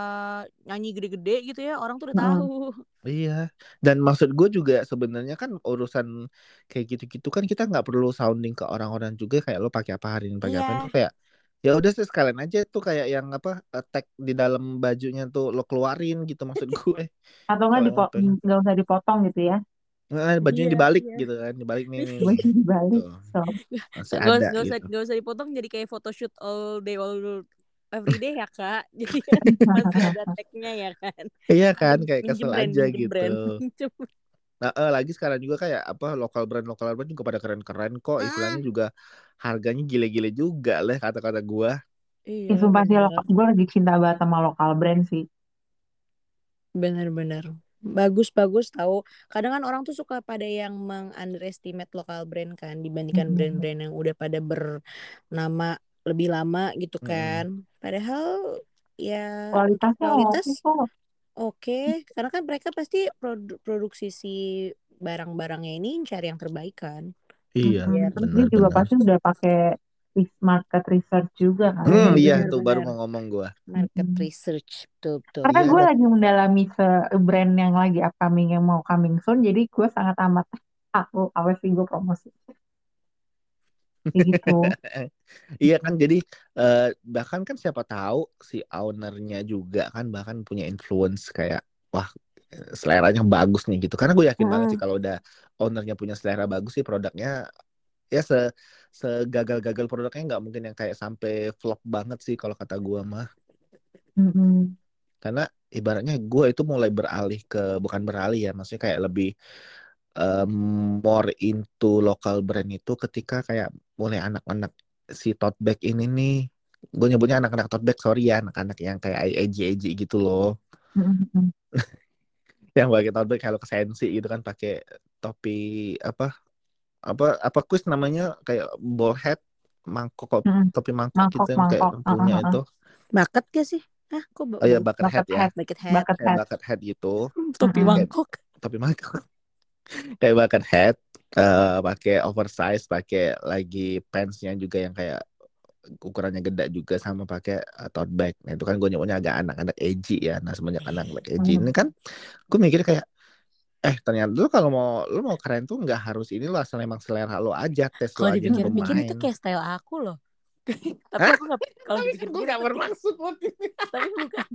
nyanyi gede-gede gitu ya, orang tuh udah Mm. tahu. Iya, dan maksud gue juga sebenarnya kan urusan kayak gitu-gitu kan kita nggak perlu sounding ke orang-orang juga kayak lo pakai apa hari ini pakai apa itu Iya. kayak ya udah sih sekalian aja tuh kayak yang apa eh, tag di dalam bajunya tuh lo keluarin gitu maksud gue Atau nggak kalau emang dipo- pengen nggak usah dipotong gitu ya, nah, bajunya Iya, dibalik iya. gitu kan dibalik nih nih nih baju gitu dibalik so. masih Gak, ada gak usah gitu gak usah dipotong jadi kayak photoshoot all day all every day ya kak. Jadi kan masih ada tagnya ya kan. iya kan Minjem kayak minjem kesel brand aja minjem gitu. brand. Minjem. Nah, eh, lagi sekarang juga kayak apa lokal brand lokal brand juga pada keren-keren kok. Ah, Istilahnya juga harganya gile-gile juga lah kata-kata gua. Ya iya sumpah sih bener, lokal, gue lagi cinta banget sama lokal brand sih. bener-bener bagus-bagus tahu. Kadang kan orang tuh suka pada yang meng-underestimate lokal brand kan dibandingkan Mm-mm. brand-brand yang udah pada bernama lebih lama gitu kan. Mm-mm. Padahal ya untuk Kualitasnya oke kualitas kok. oke, karena kan mereka pasti produ- produksi si barang-barangnya ini cari yang terbaik kan. Iya, Mm-mm. Biar Terus dia juga benar-benar. pasti udah pakai res- market research juga kan. Hmm, bener iya bener itu baru bener mau ngomong gua. market Mm-mm. research betul betul. Karena Iya gue dah. lagi mendalami se brand yang lagi upcoming yang mau coming soon, jadi gue sangat amat aku apa sih gue promosi kayak gitu. Iya kan jadi eh, bahkan kan siapa tahu si ownernya juga kan bahkan punya influence kayak wah seleranya bagus nih gitu. Karena gue yakin banget sih Mm-mm. kalau udah ownernya punya selera bagus sih produknya ya se segagal-gagal produknya nggak mungkin yang kayak sampai flop banget sih kalau kata gue mah. Mm-mm. Karena ibaratnya gue itu mulai beralih ke bukan beralih ya maksudnya kayak lebih um, more into local brand itu ketika kayak mulai anak-anak si tote bag ini nih gue nyebutnya anak-anak tote bag sorry ya anak-anak yang kayak edgy edgy gitu loh Mm-mm. yang pakai tote bag Hello Sensi gitu kan pakai topi apa apa apa kuis namanya kayak ball hat mangkok Mm-mm. topi mangkok gitu Mangkok yang kayak mangkok. punya Uh-uh. itu Bucket gak sih? Ah, kok ba- oh ya ba- bucket hat Bucket ya hat, bucket hat? bucket kayak hat. bucket hat gitu Topi Mm-mm. kayak mangkok. topi mangkok kayak bucket hat eh pakai oversize pakai lagi pantsnya juga yang kayak ukurannya gede juga sama pakai uh, tote bag. Nah itu kan gue nyebutnya agak anak-anak edgy ya. Nah semenjak anak-anak edgy ini Mm. kan gue mikir kayak eh ternyata lu kalau mau lu mau keren tuh nggak harus ini lo asal emang selera lo aja tes lo Kalau aja yang dipikir-pikir itu bermain. kayak style aku loh. Tapi Hah? aku nggak. Kalau Tapi kan gue dipikir-pikir gak itu kayak. bermaksud buat ini. Tapi bukan.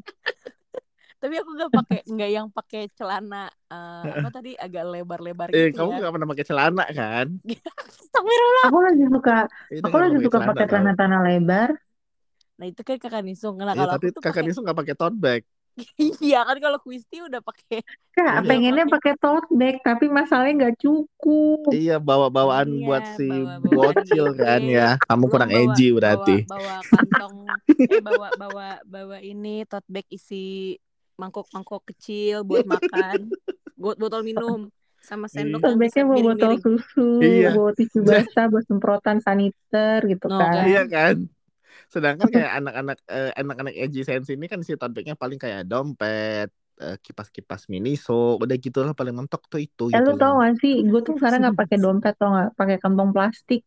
Tapi aku nggak pakai, nggak yang pakai celana eh, apa tadi agak lebar-lebar Eh, gitu kamu ya. gak pernah pakai celana kan? Astagfirullah. Aku lagi suka, Itu aku gak lagi pernah pakai suka celana pakai tau. celana-celana lebar. Nah itu kan kakak Nisung. Nah Iya kalau tapi aku tuh kakak pakai. ini suka pakai tote bag. Iya kan kalau Kwisti udah pakai. Kak, Iya. Udah pengennya pakai. pakai tote bag, tapi masalahnya nggak cukup. Iya bawa-bawaan Iya, buat si bawa bawaan bocil gitu. kan ya. Kamu Belum kurang bawa edgy bawa berarti. bawa kantong eh bawa bawa bawa ini tote bag isi mangkok-mangkok kecil buat makan, buat botol minum sama sendok Tote yang bisa bagnya bawa botol miring-miring. susu, Iya. bawa tisu basah, bawa semprotan saniter gitu No kan. Iya kan? kan. Sedangkan kayak anak-anak eh, anak-anak edgy sense ini kan si tote bagnya paling kayak dompet, eh, kipas-kipas Miniso, udah gitu lah paling mentok tuh itu Eh gitu lu tau loh. gak sih, gue tuh sekarang nggak pakai dompet tau nggak, pakai kantong plastik.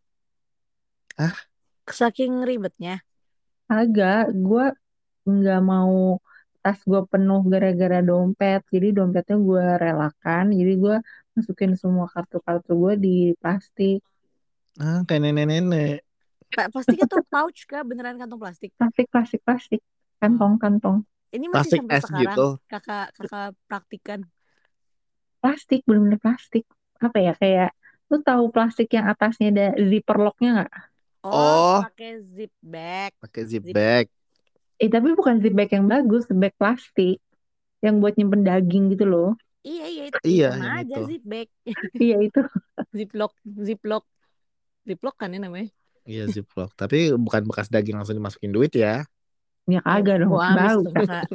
Hah? Saking ribetnya. Agak, gue nggak mau tas gue penuh gara-gara dompet. Jadi dompetnya gue relakan. Jadi gue masukin semua kartu-kartu gue di plastik. Ah, kayak nenek-nenek. Pak plastik atau pouch kah? Beneran kantong plastik? Plastik, plastik, plastik. Hmm. Kantong-kantong. Ini masih Plastik sampai es sekarang gitu. kakak kakak praktikan. Plastik, bener-bener plastik. Apa ya, kayak, lu tahu plastik yang atasnya ada zipper locknya nggak? Oh, Oh, pakai zip bag. pakai zip Zip. bag. Eh, tapi bukan zip bag yang bagus, zip bag plastik. Yang buat nyimpen daging gitu loh. Iya iya itu Iya, sama yang aja itu. zip bag. Iya itu. Ziplock, ziplock, ziplock kan ya namanya. Iya ziplock. Tapi bukan bekas daging langsung dimasukin duit ya. Ya Ya, kagak dong, gua amis bau tuh kan. kakak.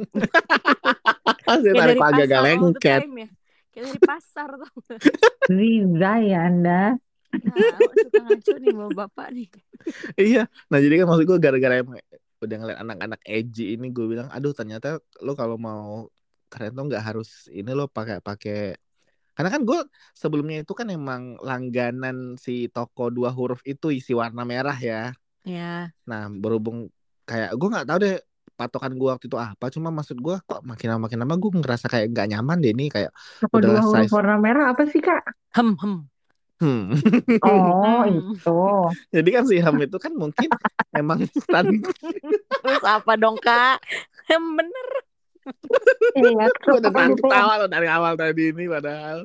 Saya Kayak tarik dari agak pasar all the lengket. time ya. Kayak dari pasar tuh. Riza ya Anda. Tahu suka ngaco nih bawa bapak nih. Iya. Nah jadi kan maksud gue gara-gara emang udah ngeliat anak-anak edgy ini gue bilang, aduh ternyata lo kalau mau keren tuh nggak harus ini lo pakai pakai. Karena kan gue sebelumnya itu kan emang langganan si toko dua huruf itu isi warna merah ya. Ya. Nah berhubung kayak gue nggak tahu deh patokan gue waktu itu apa. Cuma maksud gue kok makin lama makin lama gue ngerasa kayak nggak nyaman deh nih kayak Toko dua udahlah huruf size. warna merah apa sih Kak? Hem hem. Hmm. Oh Hmm. itu. Jadi kan si ham itu kan mungkin emang stand. Terus apa dong kak? Hem bener. Iya, Gue terus udah apa nahan gitu. ketawa loh dari awal tadi ini padahal.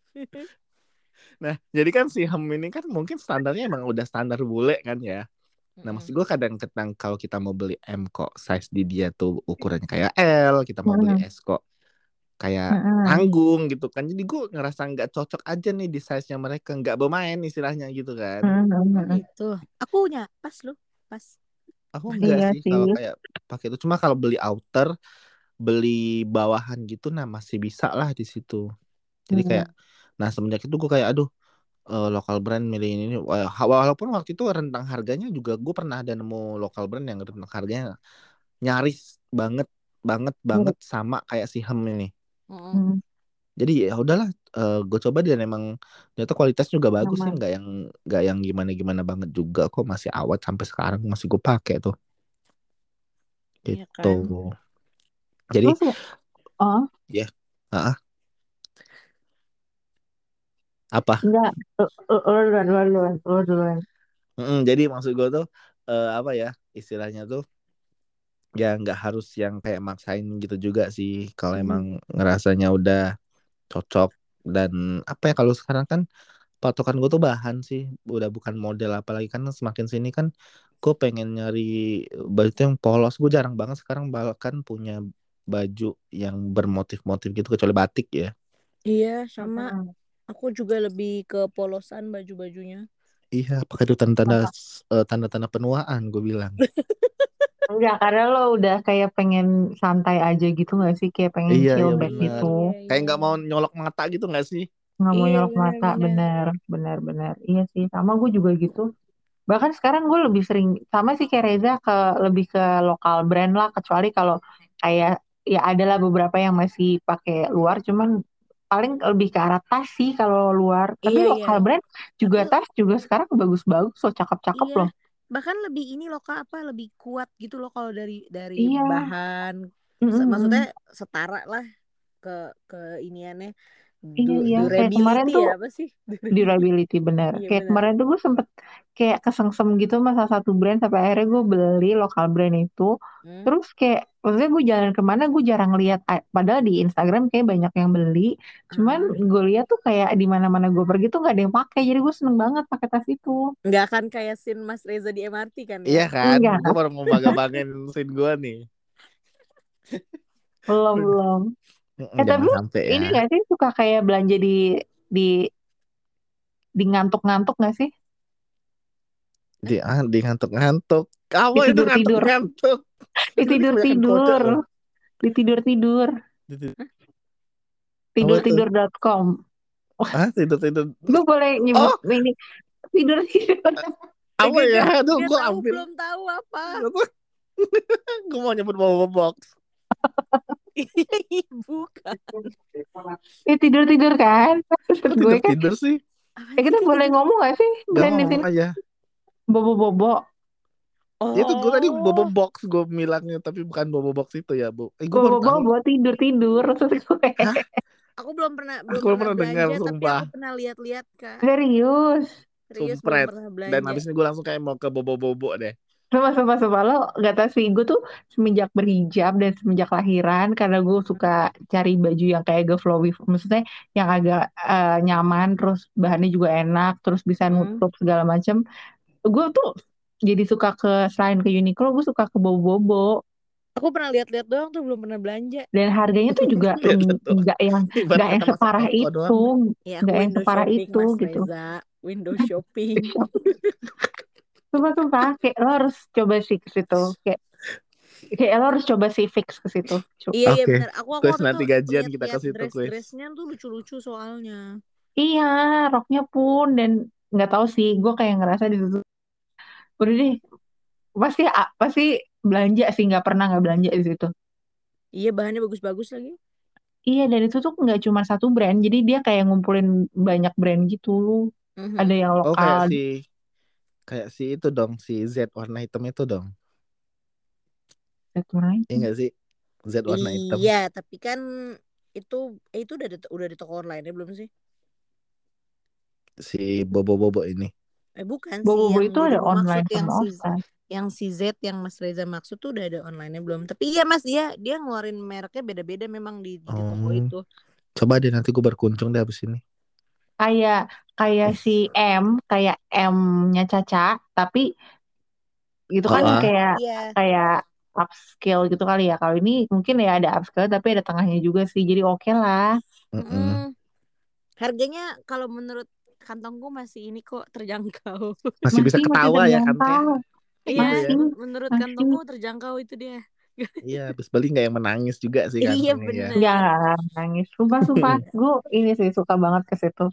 Nah, jadi kan si hem ini kan mungkin standarnya emang udah standar bule kan ya. Nah, maksud gue kadang-kadang kalau kita mau beli M kok size di dia tuh ukurannya kayak L, kita mau beli Hmm. S kok kayak Heeh. tanggung gitu kan. Jadi gue ngerasa nggak cocok aja nih di size-nya mereka, nggak bermain istilahnya gitu kan. Heeh, Oh heeh. gitu. Aku punya pas loh, pas. Aku enggak Iya sih sih. kalau kayak pakai itu. Cuma kalau beli outer, beli bawahan gitu, nah masih bisa lah di situ. Jadi kayak, Hmm. nah semenjak itu gue kayak aduh, eh, lokal brand milih ini, ini. Wah, walaupun waktu itu rentang harganya juga gue pernah ada nemu lokal brand yang rentang harganya nyaris banget banget banget Mirip. sama kayak si Hem ini. Mm-mm. Hmm. Jadi ya udahlah, eh, gue coba dan emang ternyata kualitasnya juga bagus sih, Nyaman. nggak yang nggak yang gimana gimana banget juga kok, masih awet sampai sekarang masih gue pakai tuh Iya gitu. kan. Jadi Terus oh ya, ah, apa? enggak, lo lo- lo duluan, lo duluan, lo duluan. Mm-mm, jadi maksud gue tuh, eh, apa ya istilahnya tuh, ya nggak harus yang kayak maksain gitu juga sih kalau emang Mm-mm. ngerasanya udah cocok. Dan apa ya, kalau sekarang kan patokan gue tuh bahan sih, udah bukan model. Apalagi kan semakin sini kan gue pengen nyari baju tuh yang polos. Gue jarang banget sekarang bahkan punya baju yang bermotif-motif gitu, kecuali batik ya. Iya, sama. Heeh. Aku juga lebih ke polosan baju-bajunya. Iya, pakai itu tanda-tanda Sama. eh, tanda-tanda penuaan gue bilang. Enggak, karena lo udah kayak pengen santai aja gitu gak sih? Kayak pengen Iya, chill iya back Iya, bener. gitu. iya, Kayak iya, nggak mau iya. nyolok mata gitu nggak sih? Nggak mau Iya, nyolok mata, benar-benar. bener, bener, bener. Iya sih, sama gue juga gitu. Bahkan sekarang gue lebih sering, sama sih kayak Reza, ke lebih ke lokal brand lah. Kecuali kalau kayak, ya adalah beberapa yang masih pakai luar, cuman paling lebih ke arah tas sih kalau luar. Tapi Iya, iya. lokal brand juga Tapi tas juga sekarang bagus-bagus, so cakep-cakep iya, loh. bahkan lebih ini loh Kak, apa lebih kuat gitu loh kalau dari dari Iya. bahan. Se- maksudnya Mm-mm. setara lah ke ke iniannya. Iya, Du- iya. Kayak kemarin durability tuh ya apa sih? Durability. durability bener. Iya Kayak benar. kemarin tuh gue sempet kayak kesengsem gitu sama salah satu brand sampai akhirnya gue beli lokal brand itu. Hmm? Terus kayak maksudnya gue jalan kemana gue jarang lihat, a- padahal di Instagram kayak banyak yang beli. Cuman Ah. gue lihat tuh kayak di mana-mana gue pergi tuh nggak ada yang pakai. Jadi gue seneng banget pakai tas itu. Nggak akan kayak scene Mas Reza di M R T kan ya? Iya kan, gue Enggak, baru mau bangga-banggain scene gue nih. belum belum. Mm, Eh tapi jangan lu sampai ya. ini gak sih suka kayak belanja di di di ngantuk-ngantuk gak sih? Di, ah, di ngantuk-ngantuk. Kamu Di itu tidur-tidur, ngantuk-ngantuk. di Itu lagi kebanyakan kode tidur-tidur, loh. di tidur-tidur, Di- Hah? Apa itu? tidur-tidur dot com. Ah, tidur-tidur. Gue boleh nyebut Oh, ini tidur-tidur. apa Gak, ya? gak, Aduh, gak gue tahu, hampir. belum tahu apa. Gue mau nyebut Bobo Box. Bukan. Ya tidur-tidur kan. Maksud Kok gue kan, tidur-tidur sih? Apa ya sih kita Kak boleh tidur? ngomong gak sih Gak brand di ngomong sini? aja. Bobo-bobo. Itu gue tadi Bobo Oh, Box gue bilangnya, tapi bukan Bobo Box itu ya, Bu. Eh, gue baru tahu. Bobo-bobo tidur-tidur. Maksud gue. Hah? aku belum pernah Aku belum belum pernah pernah dengar, belanja, tapi sumpah. aku pernah lihat-lihat Kak. Serius. Serius belum Sumpret. pernah Dan belanja. habis ini gue langsung kayak mau ke Bobo Bobo deh. Sumpah, sumpah, sumpah. Lo gak tau sih, gue tuh semenjak berhijab dan semenjak lahiran, karena gue suka Hmm. cari baju yang kayak agak flowy, maksudnya yang agak eh, nyaman, terus bahannya juga enak, terus bisa Hmm. nutup segala macem. Gue tuh jadi suka ke, selain ke Uniqlo, gue suka ke Bobo-Bobo. Aku pernah lihat-lihat doang tuh, belum pernah belanja. Dan harganya tuh juga Lihat lem- tuh. nggak yang Ibarat nggak yang kata masuk separah toko itu, doang. Ya aku nggak yang window separah shopping itu Mas gitu. Reza. Window shopping. Sumpah, sumpah, kayak lo harus coba sih ke situ. Kayak, kayak lo harus coba sih fix ke situ. Cu- Iya, iya Oke. benar. Aku aku Kuis waktu itu nanti gajian kita ke lihat-lihat situ kuis. dress-dressnya tuh lucu-lucu soalnya. Iya, roknya pun, dan nggak tahu sih, gue kayak ngerasa di situ. Udah deh, pasti a- pasti belanja sih, nggak pernah nggak belanja di situ. Iya, bahannya bagus-bagus lagi. Iya, dan itu tuh nggak cuma satu brand, jadi dia kayak ngumpulin banyak brand gitu. Ada Mhm. yang Oh, kayak lokal, si kayak si itu dong, si Z warna hitam itu dong. satu lain. Iya nggak sih? Z warna hitam. Iya, tapi kan itu eh, itu udah di, udah di toko online ya belum sih? Si Bobo-Bobo ini. Eh bukan sih, Bobo yang itu jadi ada aku maksud online yang sama si offline. yang si Z yang Mas Reza maksud tuh udah ada online-nya belum. Tapi iya Mas, dia dia ngeluarin mereknya beda-beda memang di di toko Oh, itu. coba deh nanti gue berkunjung deh abis ini. Kayak kayak si M, kayak M-nya Caca, tapi gitu Oh, kan Iya, ah. kayak iya. kayak upscale gitu kali ya. Kalau ini mungkin ya ada upscale tapi ada tengahnya juga sih. Jadi oke lah. Mm-mm. Mm-mm. Harganya kalau menurut kantongku masih ini kok terjangkau. Masih bisa Masih masih ketawa ya kan teh. terjangkau. Iya Iya, ya. Masih menurut masih. kantongku terjangkau itu dia. Iya, habis beli nggak yang menangis juga sih Iya kantongnya ya. Enggak, benar. enggak nangis. Sumpah-sumpah. Gue ini sih suka banget ke situ.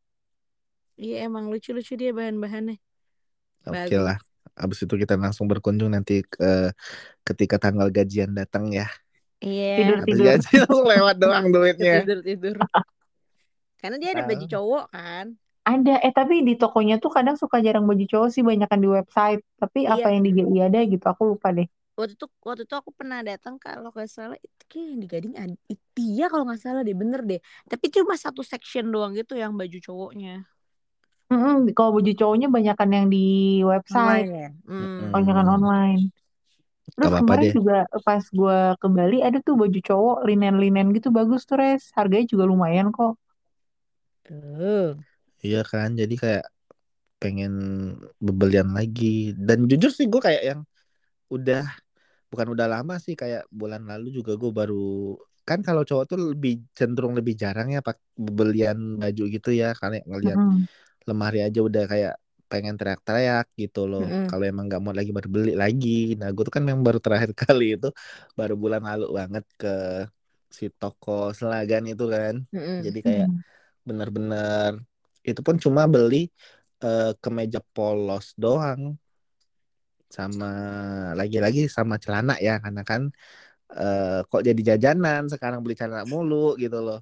Iya emang lucu-lucu dia bahan-bahannya. Oke Bagus. lah. Habis itu kita langsung berkunjung nanti ke ketika tanggal gajian datang ya. Iya, Habis Tidur-tidur. gaji langsung lewat doang duitnya. tidur-tidur. Karena dia ada baju Nah, cowok kan. Ada, eh tapi di tokonya tuh kadang suka jarang baju cowok sih, banyakan di website. Tapi apa Iya, yang di G I ada gitu, aku lupa deh. waktu itu waktu itu aku pernah datang kalau nggak salah itu kayak yang di Gading ada Itia kalau nggak salah deh bener deh. Tapi cuma satu section doang gitu yang baju cowoknya. Mm-mm, kalau baju cowoknya banyakan yang di website, Online ya. Hmm. banyakan mm, online. gak Terus apa-apa kemarin deh. juga pas gue ke Bali ada tuh baju cowok linen-linen gitu bagus tuh res, harganya juga lumayan kok. Oh. Iya kan, jadi kayak pengen bebelian lagi. Dan jujur sih gue kayak yang udah bukan udah lama sih, kayak bulan lalu juga gue baru, kan kalau cowok tuh lebih cenderung lebih jarang ya pak belian baju gitu ya, karena ngelihat Mm-mm. lemari aja udah kayak pengen teriak-teriak gitu loh. Mm-mm. Kalau emang nggak mau lagi baru beli lagi. Nah gue tuh kan memang baru terakhir kali itu baru bulan lalu banget ke si toko Selagan itu kan. Mm-mm. Jadi kayak Mm. bener-bener itu pun cuma beli eh, kemeja polos doang, sama lagi-lagi sama celana ya, karena kan eh, kok jadi jajanan sekarang beli celana mulu gitu loh.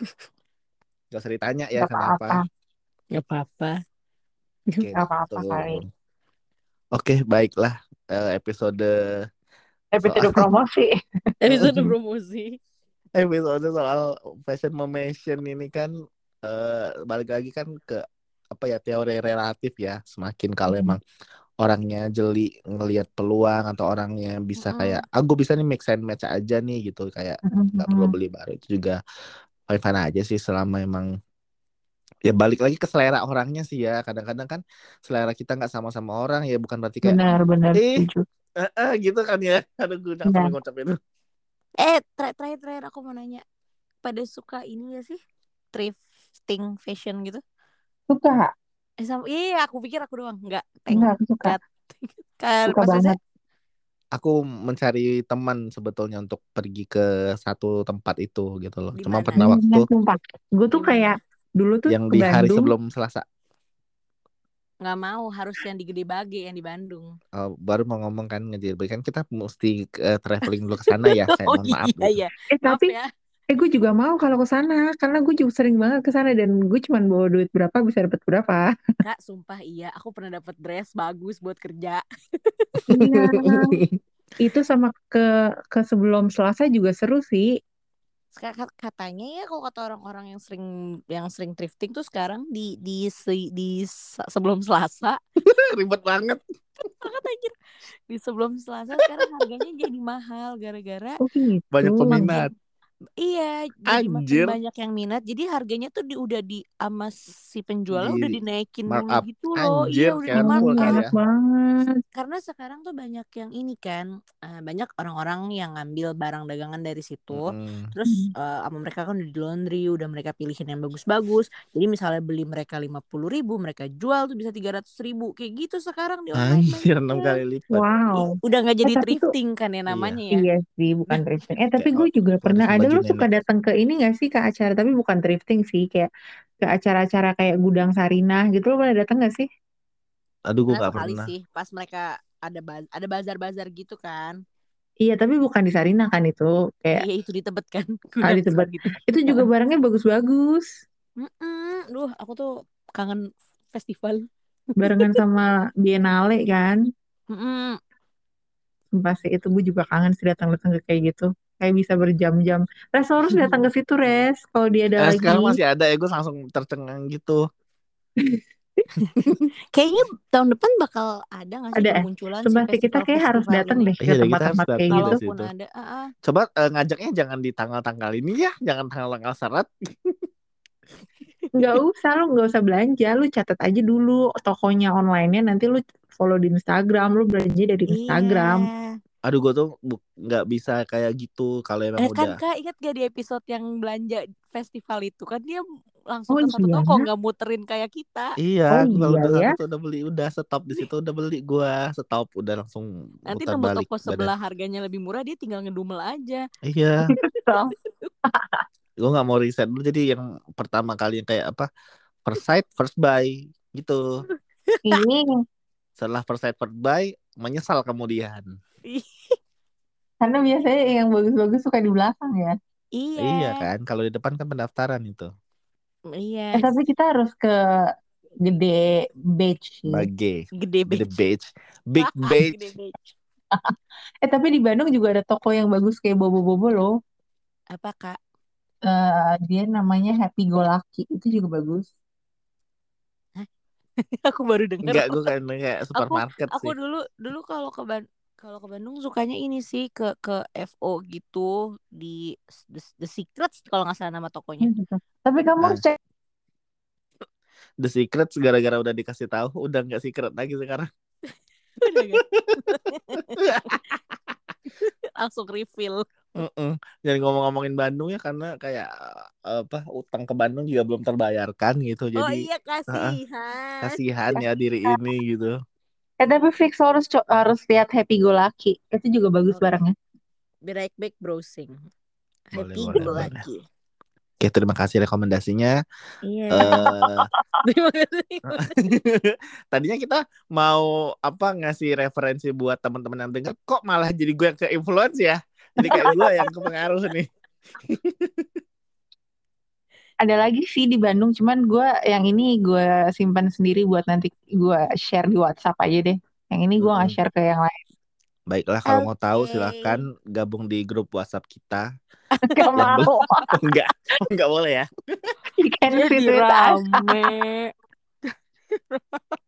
Gak usah ditanya ya Gak kenapa apa-apa, Gak apa-apa. gak gitu. apa-apa kali. Oke, baiklah. Eh, episode soal Episode promosi. Episode promosi. episode soal fashion memation ini kan eh, balik lagi kan ke apa ya, teori relatif ya. Semakin kalau Mm. emang orangnya jeli ngelihat peluang, atau orangnya bisa kayak Mm-mm. ah gue bisa nih mix and match aja nih gitu, kayak nggak perlu Mm-mm. beli baru, itu juga fine fine aja sih selama emang ya balik lagi ke selera orangnya sih ya. Kadang-kadang kan selera kita nggak sama-sama orang ya, bukan berarti kayak Benar-benar eh setuju. eh, eh, gitu kan ya. Aduh gue nggak Benar. perlu ngucap itu. Eh, terakhir terakhir terakhir aku mau nanya. Pada suka ini gak sih? Thrifting fashion gitu? Suka, Eh, sama, iya, aku pikir aku doang. Enggak, thank enggak aku suka, God. Kan suka Mas Reza? banget. Aku mencari teman sebetulnya untuk pergi ke satu tempat itu gitu loh. Di Cuma mana? pernah Nah, waktu sumpah. Gue Di tuh mana? kayak dulu tuh yang ke di hari Bandung, sebelum Selasa. Nggak mau, harus yang di Gede Bage yang di Bandung. Uh, baru mau ngomong kan ngejilbab kan kita mesti uh, traveling dulu ke sana ya, kayak Oh mohon maaf iya gitu. ya. eh Maaf tapi ya. eh gue juga mau kalau ke sana karena gue juga sering banget ke sana dan gue cuman bawa duit berapa bisa dapat berapa. Kak, sumpah iya, aku pernah dapat dress bagus buat kerja. Iya, itu sama ke ke sebelum Selasa juga seru sih. Sekarang katanya ya kalau kata orang-orang yang sering yang sering thrifting tuh sekarang di di di, di sebelum Selasa Ribet banget. banget anjir. Di sebelum Selasa sekarang harganya jadi mahal gara-gara Oh gitu. Banyak peminat. makin iya, jadi makin Anjir. banyak yang minat. Jadi harganya tuh di, udah di sama si penjualnya udah Di dinaikin dulu markup. gitu loh. Anjir, Iya, udah di sekarang Oh, full kali markup. enak ya. banget. Karena sekarang tuh banyak yang ini kan, uh, banyak orang-orang yang ngambil barang dagangan dari situ. Mm-mm. Terus uh, sama mereka kan udah di laundry, udah mereka pilihin yang bagus-bagus. Jadi misalnya beli mereka lima puluh ribu, mereka jual tuh bisa tiga ratus ribu. Kayak gitu sekarang di online Anjir, enam banyaknya. kali lipat. Ih, Wow. udah nggak Eh jadi tapi tuh thrifting kan ya Iya. namanya ya. iya sih bukan thrifting. Eh tapi Kayak gue oh, juga pernah warisan ada baju lu suka nenek. datang ke ini gak sih ke acara tapi bukan thrifting sih kayak ke acara-acara kayak gudang Sarinah gitu lo pernah datang gak sih? Aduh, gue Pernah gak sekali pernah. sih pas mereka ada baz- ada bazar-bazar gitu kan. Iya tapi bukan di Sarinah kan itu kayak Iya itu di Tebet kan, ah, gudang di Tebet. Sarina. Itu juga barangnya bagus-bagus. Mm-mm. Duh, aku tuh kangen festival. Barengan sama Biennale kan. Mm-mm. Sumpah sih itu gue juga kangen sih datang-datang ke kayak gitu. Kayak bisa berjam-jam. Res lo harus datang ke situ Res kalau dia ada Eh, sekarang lagi. masih ada ya, gue langsung tercengang gitu. Kayaknya tahun depan bakal ada nggak sih Ada eh. bermunculan si Sumpah sih kita kayak harus festival-festival datang ini? deh Iya ke deh, kita harus tempat-tempat kayak datang gitu. di Kalaupun situ. ada, ah, ah. Coba eh, ngajaknya jangan di tanggal-tanggal ini ya, jangan tanggal-tanggal syarat. Nggak usah, lu nggak usah belanja, lu catat aja dulu tokonya online-nya, nanti lu follow di Instagram, lu belanja dari Iya. Instagram. Aduh gue tuh bu- nggak bisa kayak gitu kalau emang Eh kan udah. Kak, ingat gak di episode yang belanja festival itu kan dia langsung Oh ke satu iya toko ya. nggak muterin kayak kita. Iya, Oh gue kalau iya udah ya. satu tuh udah beli, udah stop di situ udah beli gue stop udah langsung Nanti mutar nemu balik toko badan. sebelah harganya lebih murah dia tinggal ngedumel aja. Iya, So, gue nggak mau riset dulu jadi yang pertama kali yang kayak apa first sight first buy gitu. ini Setelah first sight first buy menyesal kemudian. karena biasanya yang bagus-bagus suka di belakang ya. Iya Iya, kan, kalau di depan kan pendaftaran itu. Eh iya, tapi kita harus ke Gede Beach sih. Bage, gede gede beach. beach, big Gede beach. beach. Eh tapi di Bandung juga ada toko yang bagus kayak Bobo-Bobo loh. Apa Kak? Eh dia namanya Happy Go Lucky. Itu juga bagus. Hah? Aku baru dengar. Enggak, gue kan kayak Aku supermarket aku sih. dulu dulu kalau ke Ban kalau ke Bandung sukanya ini sih ke ke F O gitu di The, The Secrets kalau nggak salah nama tokonya. Hmm, gitu. Tapi kamu Nah, harus cek The Secret gara-gara udah dikasih tahu udah nggak secret lagi sekarang. Udah gak? Langsung refill. Mm-mm. Jadi ngomong-ngomongin Bandung ya karena kayak apa utang ke Bandung juga belum terbayarkan gitu. Oh Jadi iya uh, kasihan. kasihan ya diri ini gitu. Eh tapi fix harus co- harus lihat Happy Go Lucky. Itu juga bagus Oke. barangnya. Be right back browsing. Boleh, Happy boleh, go boleh. lucky. Oke, terima kasih rekomendasinya. Iya. Eh Terima kasih. tadinya kita mau apa ngasih referensi buat teman-teman yang denger, kok malah jadi gue yang ke influence ya. Jadi kayak gue yang kepengaruh nih. Ada lagi sih di Bandung, cuman gue yang ini gue simpan sendiri buat nanti gue share di WhatsApp aja deh. Yang ini gue nggak Mm-mm. share ke yang lain. Baiklah, kalau mau tahu Oke. silahkan gabung di grup WhatsApp kita. Gak Yang bel- mau. Oh, enggak, oh, enggak boleh ya. You can see Jadi Twitter. rame.